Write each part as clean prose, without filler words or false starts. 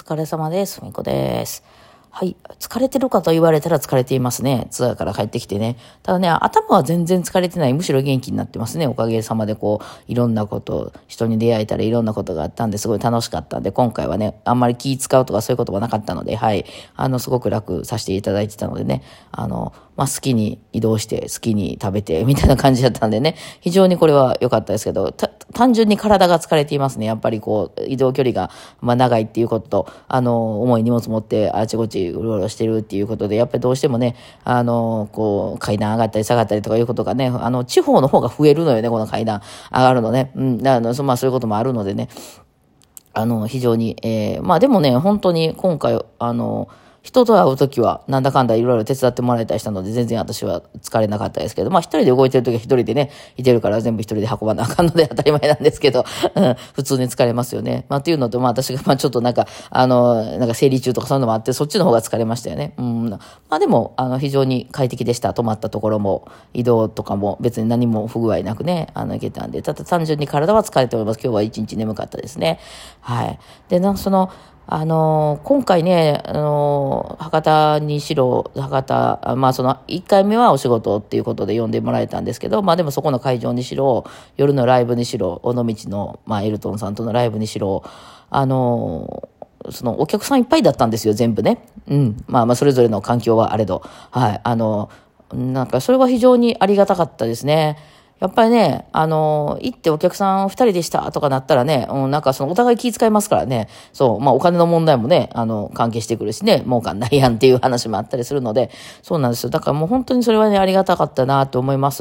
疲れ様です。みこです。はい。疲れてるかと言われたら疲れていますね。ツアーから帰ってきてね。ただね、頭は全然疲れてない。むしろ元気になってますね。おかげさまでいろんなこと、人に出会えたらいろんなことがあったんで、すごい楽しかったんで、今回はね、あんまり気使うとかそういうことはなかったので、はい。すごく楽させていただいてたのでね、好きに移動して、好きに食べて、みたいな感じだったんでね、非常にこれは良かったですけど、単純に体が疲れていますね。やっぱり移動距離が、長いっていうことと、重い荷物持ってあちこちうろうろしてるっていうことで、やっぱりどうしてもね、階段上がったり下がったりとかいうことがね、地方の方が増えるのよね、この階段上がるのね。そういうこともあるのでね、非常に、でもね、本当に今回、人と会うときは、なんだかんだいろいろ手伝ってもらえたりしたので、全然私は疲れなかったですけど、一人で動いてるときは一人でね、いてるから全部一人で運ばなあかんので当たり前なんですけど、普通に疲れますよね。っていうのと、私がちょっと生理中とかそういうのもあって、そっちの方が疲れましたよね。でも、非常に快適でした。泊まったところも、移動とかも別に何も不具合なくね、行けたんで、ただ単純に体は疲れております。今日は一日眠かったですね。はい。で、今回ね、博多にしろ、1回目はお仕事っていうことで呼んでもらえたんですけど、でもそこの会場にしろ、夜のライブにしろ、尾道の、エルトンさんとのライブにしろ、お客さんいっぱいだったんですよ、全部ね。それぞれの環境はあれど。はい。それは非常にありがたかったですね。やっぱりね、行ってお客さん2人でしたとかなったらね、お互い気遣いますからね、お金の問題もね、関係してくるしね、儲かんないやんっていう話もあったりするので、そうなんですよ。だからもう本当にそれはね、ありがたかったなと思います。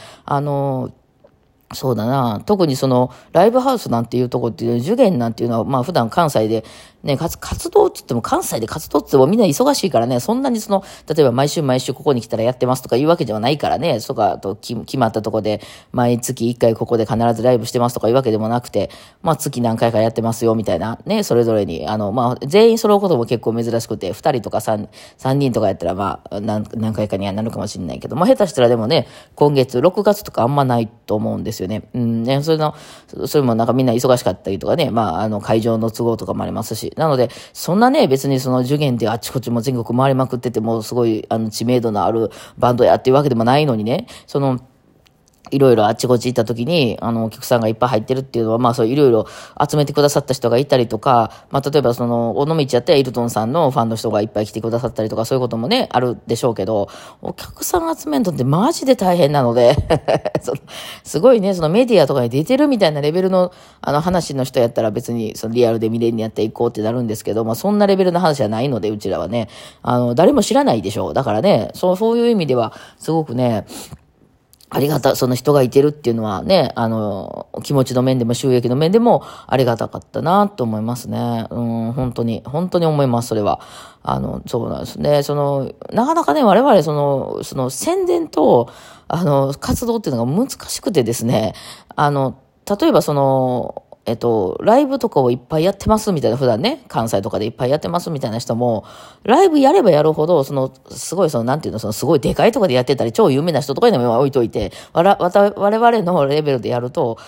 そうだな。特にライブハウスなんていうとこっていう、受験なんていうのは、普段関西で、ね、活動って言っても関西で活動って言ってもみんな忙しいからね、そんなに例えば毎週ここに来たらやってますとかいうわけではないからね、決まったとこで、毎月1回ここで必ずライブしてますとかいうわけでもなくて、月何回かやってますよ、みたいな、ね、それぞれに、全員揃うことも結構珍しくて、2人とか3人とかやったら、何回かにはなるかもしれないけど、下手したらでもね、今月、6月とかあんまないと思うんですよね。それもみんな忙しかったりとかね、会場の都合とかもありますし、なので、そんなね、別に受験であっちこっちも全国回りまくってても、すごい、知名度のあるバンドやっていうわけでもないのにね、いろいろあっちこっち行った時に、お客さんがいっぱい入ってるっていうのは、そういろいろ集めてくださった人がいたりとか、例えば尾道やったらイルトンさんのファンの人がいっぱい来てくださったりとか、そういうこともね、あるでしょうけど、お客さん集めるのってマジで大変なので、すごいね、メディアとかに出てるみたいなレベルの、話の人やったら別に、リアルで見れるにやっていこうってなるんですけど、そんなレベルの話じゃないので、うちらはね、誰も知らないでしょう。だからね、そういう意味では、すごくね、その人がいてるっていうのはね、気持ちの面でも収益の面でもありがたかったなと思いますね。本当に思います、それは。そうなんですね。なかなかね、我々宣伝と、活動っていうのが難しくてですね、例えばライブとかをいっぱいやってますみたいな、普段ね、関西とかでいっぱいやってますみたいな人も、ライブやればやるほど、すごいなんていうの、すごいでかいとかでやってたり、超有名な人とかにも置いといて、我々のレベルでやると、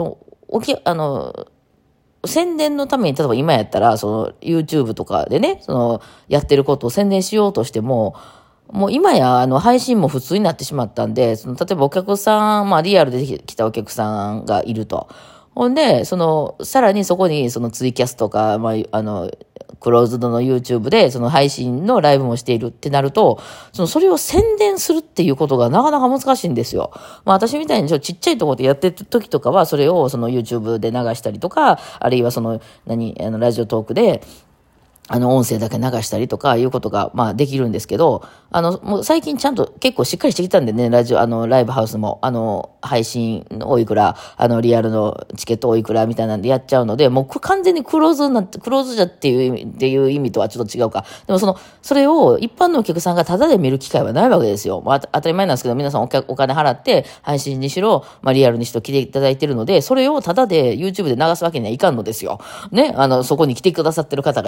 宣伝のために、例えば今やったら、YouTube とかでね、やってることを宣伝しようとしても、もう今や配信も普通になってしまったんで、例えばお客さん、リアルで来たお客さんがいると。ほんで、さらにそこにツイキャスとか、クローズドの YouTube で配信のライブもしているってなると、それを宣伝するっていうことがなかなか難しいんですよ。私みたいにちっちゃいところでやってる時とかは、それをYouTube で流したりとか、あるいはラジオトークで、音声だけ流したりとかいうことが、できるんですけど、もう最近ちゃんと結構しっかりしてきたんでね、ライブハウスも、配信おいくら、リアルのチケットおいくらみたいなんでやっちゃうので、もう完全にクローズじゃっていう意味とはちょっと違うか。でもそれを一般のお客さんがタダで見る機会はないわけですよ。当たり前なんですけど、皆さんお金払って、配信にしろ、リアルにしろ来ていただいてるので、それをタダで YouTube で流すわけにはいかんのですよ。ね、そこに来てくださってる方がいらっしゃる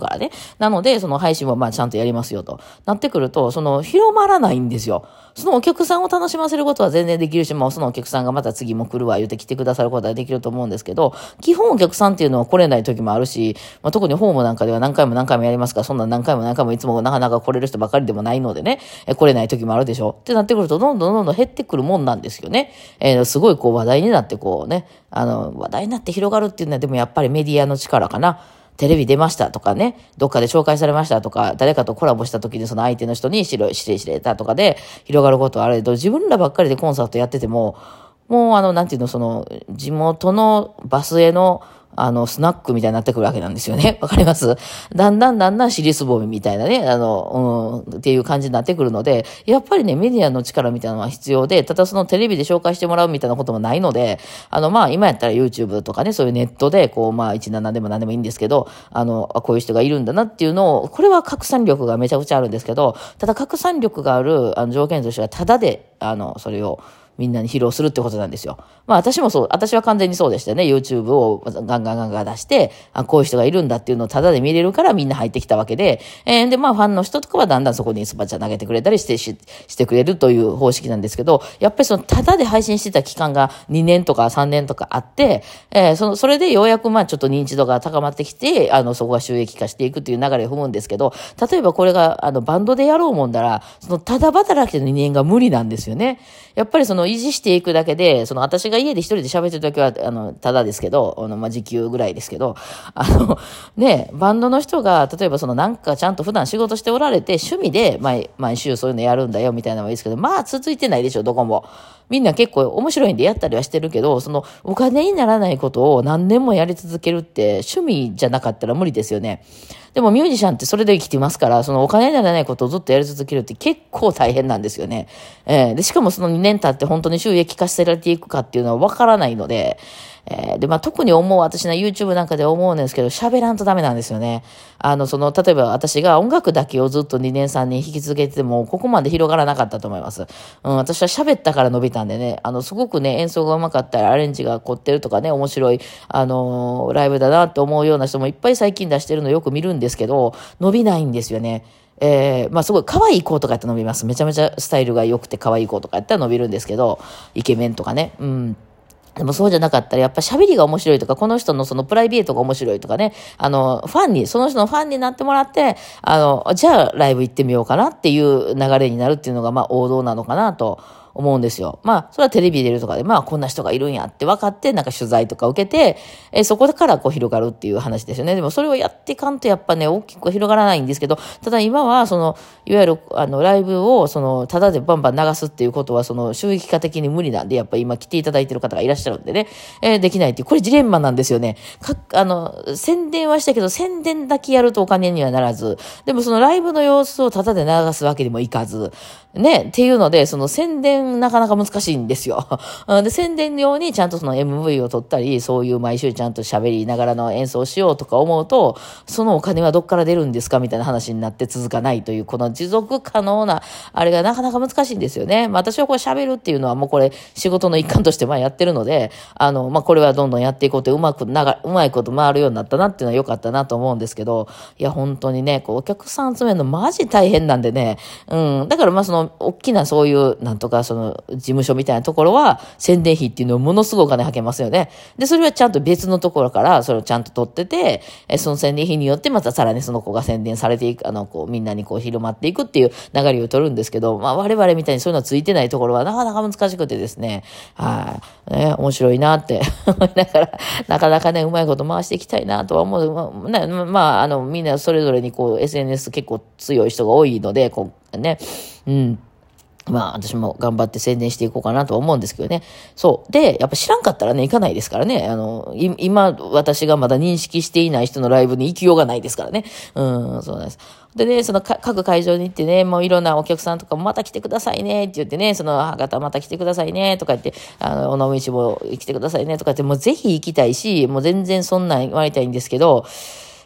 からね。なので、その配信はまあちゃんとやりますよと。なってくると、その広まらないんですよ。そのお客さんを楽しませることは全然できるし、もうそのお客さんがまた次も来るわ言うて来てくださることはできると思うんですけど、基本お客さんっていうのは来れない時もあるし、まあ、特にホームなんかでは何回も何回もやりますから、そんな何回も何回もいつもなかなか来れる人ばかりでもないのでね、来れない時もあるでしょ。ってなってくると、どんどんどんどん減ってくるもんなんですよね。すごいこう話題になってこうね、話題になって広がるっていうのはでもやっぱりメディアの力かな。テレビ出ましたとかね、どっかで紹介されましたとか、誰かとコラボした時にその相手の人に知れたとかで広がることはあれど、自分らばっかりでコンサートやってても、もうなんていうの、その、地元のバスへの、スナックみたいになってくるわけなんですよね。わかります？だんだん尻すぼみみたいなね、っていう感じになってくるので、やっぱりね、メディアの力みたいなのは必要で、ただそのテレビで紹介してもらうみたいなこともないので、まあ、今やったら YouTube とかね、そういうネットで、こう、まあ、17でも何でもいいんですけど、こういう人がいるんだなっていうのを、これは拡散力がめちゃくちゃあるんですけど、ただ拡散力がある、条件としては、ただで、それを、みんなに披露するってことなんですよ。まあ私は完全にそうでしたね。YouTube をガンガン出して、こういう人がいるんだっていうのをタダで見れるからみんな入ってきたわけで、でまあファンの人とかはだんだんそこにスパチャ投げてくれたりしてくれるという方式なんですけど、やっぱりそのタダで配信してた期間が2年とか3年とかあって、それでようやくまあちょっと認知度が高まってきて、そこが収益化していくっていう流れを踏むんですけど、例えばこれがバンドでやろうもんだら、そのタダ働きの2年が無理なんですよね。やっぱりその維持していくだけで、私が家で一人で喋ってるときは、ただですけど、まあ、時給ぐらいですけど、ね、バンドの人が、例えばなんかちゃんと普段仕事しておられて、趣味で毎週そういうのやるんだよみたいなのもいいですけど、まあ続いてないでしょ、どこも。みんな結構面白いんでやったりはしてるけど、お金にならないことを何年もやり続けるって趣味じゃなかったら無理ですよね。でもミュージシャンってそれで生きてますから、お金にならないことをずっとやり続けるって結構大変なんですよね。で、しかもその2年経って本当に収益化せられていくかっていうのはわからないので、で、まあ、特に私の YouTube なんかで思うんですけど、喋らんとダメなんですよね。例えば私が音楽だけをずっと2年3年弾き続けてても、ここまで広がらなかったと思います。私は喋ったから伸びたんでね、すごくね、演奏が上手かったり、アレンジが凝ってるとかね、面白い、ライブだなって思うような人もいっぱい最近出してるのよく見るんですけど、伸びないんですよね。まあすごい可愛い子とかやったら伸びます。めちゃめちゃスタイルが良くて可愛い子とかやったら伸びるんですけど、イケメンとかね。うん。でもそうじゃなかったら、やっぱ喋りが面白いとか、この人のそのプライベートが面白いとかね、その人のファンになってもらって、じゃあライブ行ってみようかなっていう流れになるっていうのが、まあ王道なのかなと思うんですよ。まあ、それはテレビ出るとかで、まあこんな人がいるんやって分かって、なんか取材とか受けて、そこからこう広がるっていう話ですよね。でもそれをやっていかんとやっぱね、大きく広がらないんですけど、ただ今は、いわゆる、ライブを、ただでバンバン流すっていうことは、収益化的に無理なんで、やっぱ今来ていただいてる方がいらっしゃるんでね、できないっていう、これジレンマなんですよね。宣伝はしたけど、宣伝だけやるとお金にはならず、でもそのライブの様子をただで流すわけにもいかず、ね、っていうので、宣伝なかなか難しいんですよ。で、宣伝用にちゃんとMV を撮ったり、そういう毎週ちゃんと喋りながらの演奏しようとか思うと、そのお金はどっから出るんですかみたいな話になって続かないという、この持続可能な、あれがなかなか難しいんですよね。まあ私はこれ喋るっていうのはもうこれ仕事の一環としてやってるので、まあこれはどんどんやっていこうとうまいこと回るようになったなっていうのは良かったなと思うんですけど、いや本当にね、お客さん集めるのマジ大変なんでね、だからまあ大きなそういう、なんとか事務所みたいなところは、宣伝費っていうのをものすごいお金かけますよね。で、それはちゃんと別のところから、それをちゃんと取ってて、その宣伝費によってまたさらにその子が宣伝されていく、みんなに広まっていくっていう流れを取るんですけど、まあ我々みたいにそういうのついてないところはなかなか難しくてですね、ね、面白いなって思いながら、なかなかね、うまいこと回していきたいなとは思う。まあ、みんなそれぞれにSNS 結構強い人が多いので、ね、まあ私も頑張って宣伝していこうかなと思うんですけどね。そう。で、やっぱ知らんかったらね、行かないですからね。今私がまだ認識していない人のライブに行きようがないですからね。そうなんです。でね、各会場に行ってね、もういろんなお客さんとかもまた来てくださいねって言ってね、博多また来てくださいねとか言って、尾道も来てくださいねとか言って、もうぜひ行きたいし、もう全然そんなん言われたいんですけど、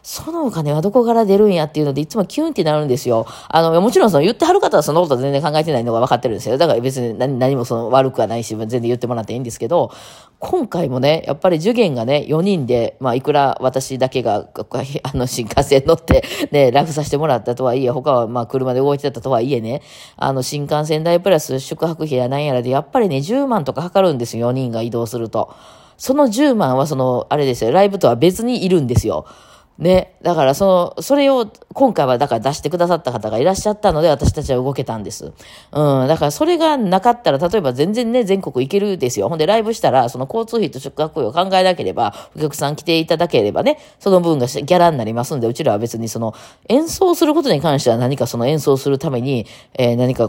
そのお金はどこから出るんやっていうので、いつもキュンってなるんですよ。もちろんその言ってはる方はそのことは全然考えてないのが分かってるんですよ。だから別に何もその悪くはないし、全然言ってもらっていいんですけど、今回もね、やっぱり受験がね、4人で、いくら私だけが、新幹線乗って、ね、楽させてもらったとはいえ、他は車で動いてたとはいえね、新幹線代プラス宿泊費やなんやらで、やっぱりね、10万とかかかるんですよ、4人が移動すると。その10万はあれですよ、ライブとは別にいるんですよ。ね。だからそれを今回はだから出してくださった方がいらっしゃったので私たちは動けたんです。うん。だからそれがなかったら例えば全然ね、全国行けるですよ。ほんでライブしたらその交通費と宿泊費を考えなければお客さん来ていただければね、その分がギャラになりますんで、うちらは別に演奏することに関しては何か演奏するために、何か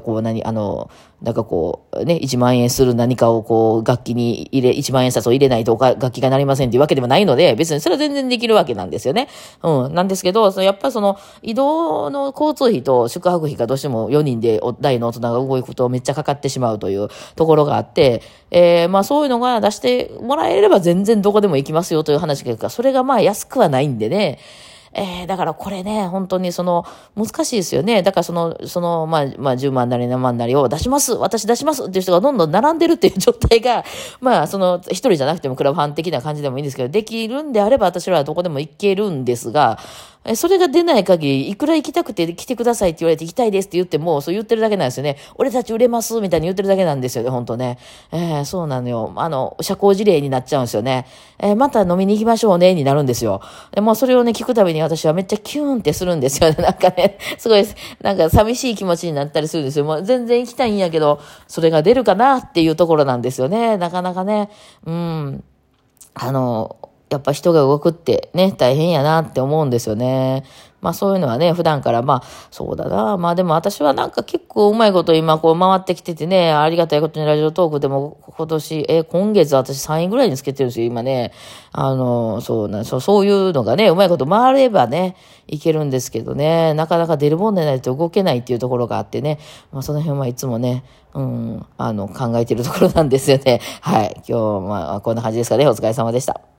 1万円する何かを楽器に1万円札を入れないと楽器がなりませんっていうわけでもないので、別にそれは全然できるわけなんですよね。うん。なんですけど、やっぱ移動の交通費と宿泊費がどうしても4人で大の大人が動くとめっちゃかかってしまうというところがあって、そういうのが出してもらえれば全然どこでも行きますよという話が、それが安くはないんでね。だからこれね、本当に難しいですよね。だから10万なり何万なりを私出しますっていう人がどんどん並んでるっていう状態が、一人じゃなくてもクラブハン的な感じでもいいんですけど、できるんであれば私らはどこでも行けるんですが、それが出ない限り、いくら行きたくて来てくださいって言われて行きたいですって言っても、そう言ってるだけなんですよね。俺たち売れますみたいに言ってるだけなんですよね、本当ね。そうなのよ。社交辞令になっちゃうんですよね。また飲みに行きましょうね、になるんですよ。もうそれをね、聞くたびに私はめっちゃキューンってするんですよね。なんかね、すごい、なんか寂しい気持ちになったりするんですよ。もう全然行きたいんやけど、それが出るかなっていうところなんですよね。なかなかね。やっぱ人が動くってね、大変やなって思うんですよね。そういうのはね、普段からそうだな。でも私はなんか結構うまいこと今回ってきててね、ありがたいことにラジオトークでも今月私3位ぐらいにつけてるんですよ、今ね。そういうのがね、うまいこと回ればね、いけるんですけどね、なかなか出るもんでないと動けないっていうところがあってね、その辺はいつもね、考えてるところなんですよね。はい。今日、こんな感じですかね。お疲れ様でした。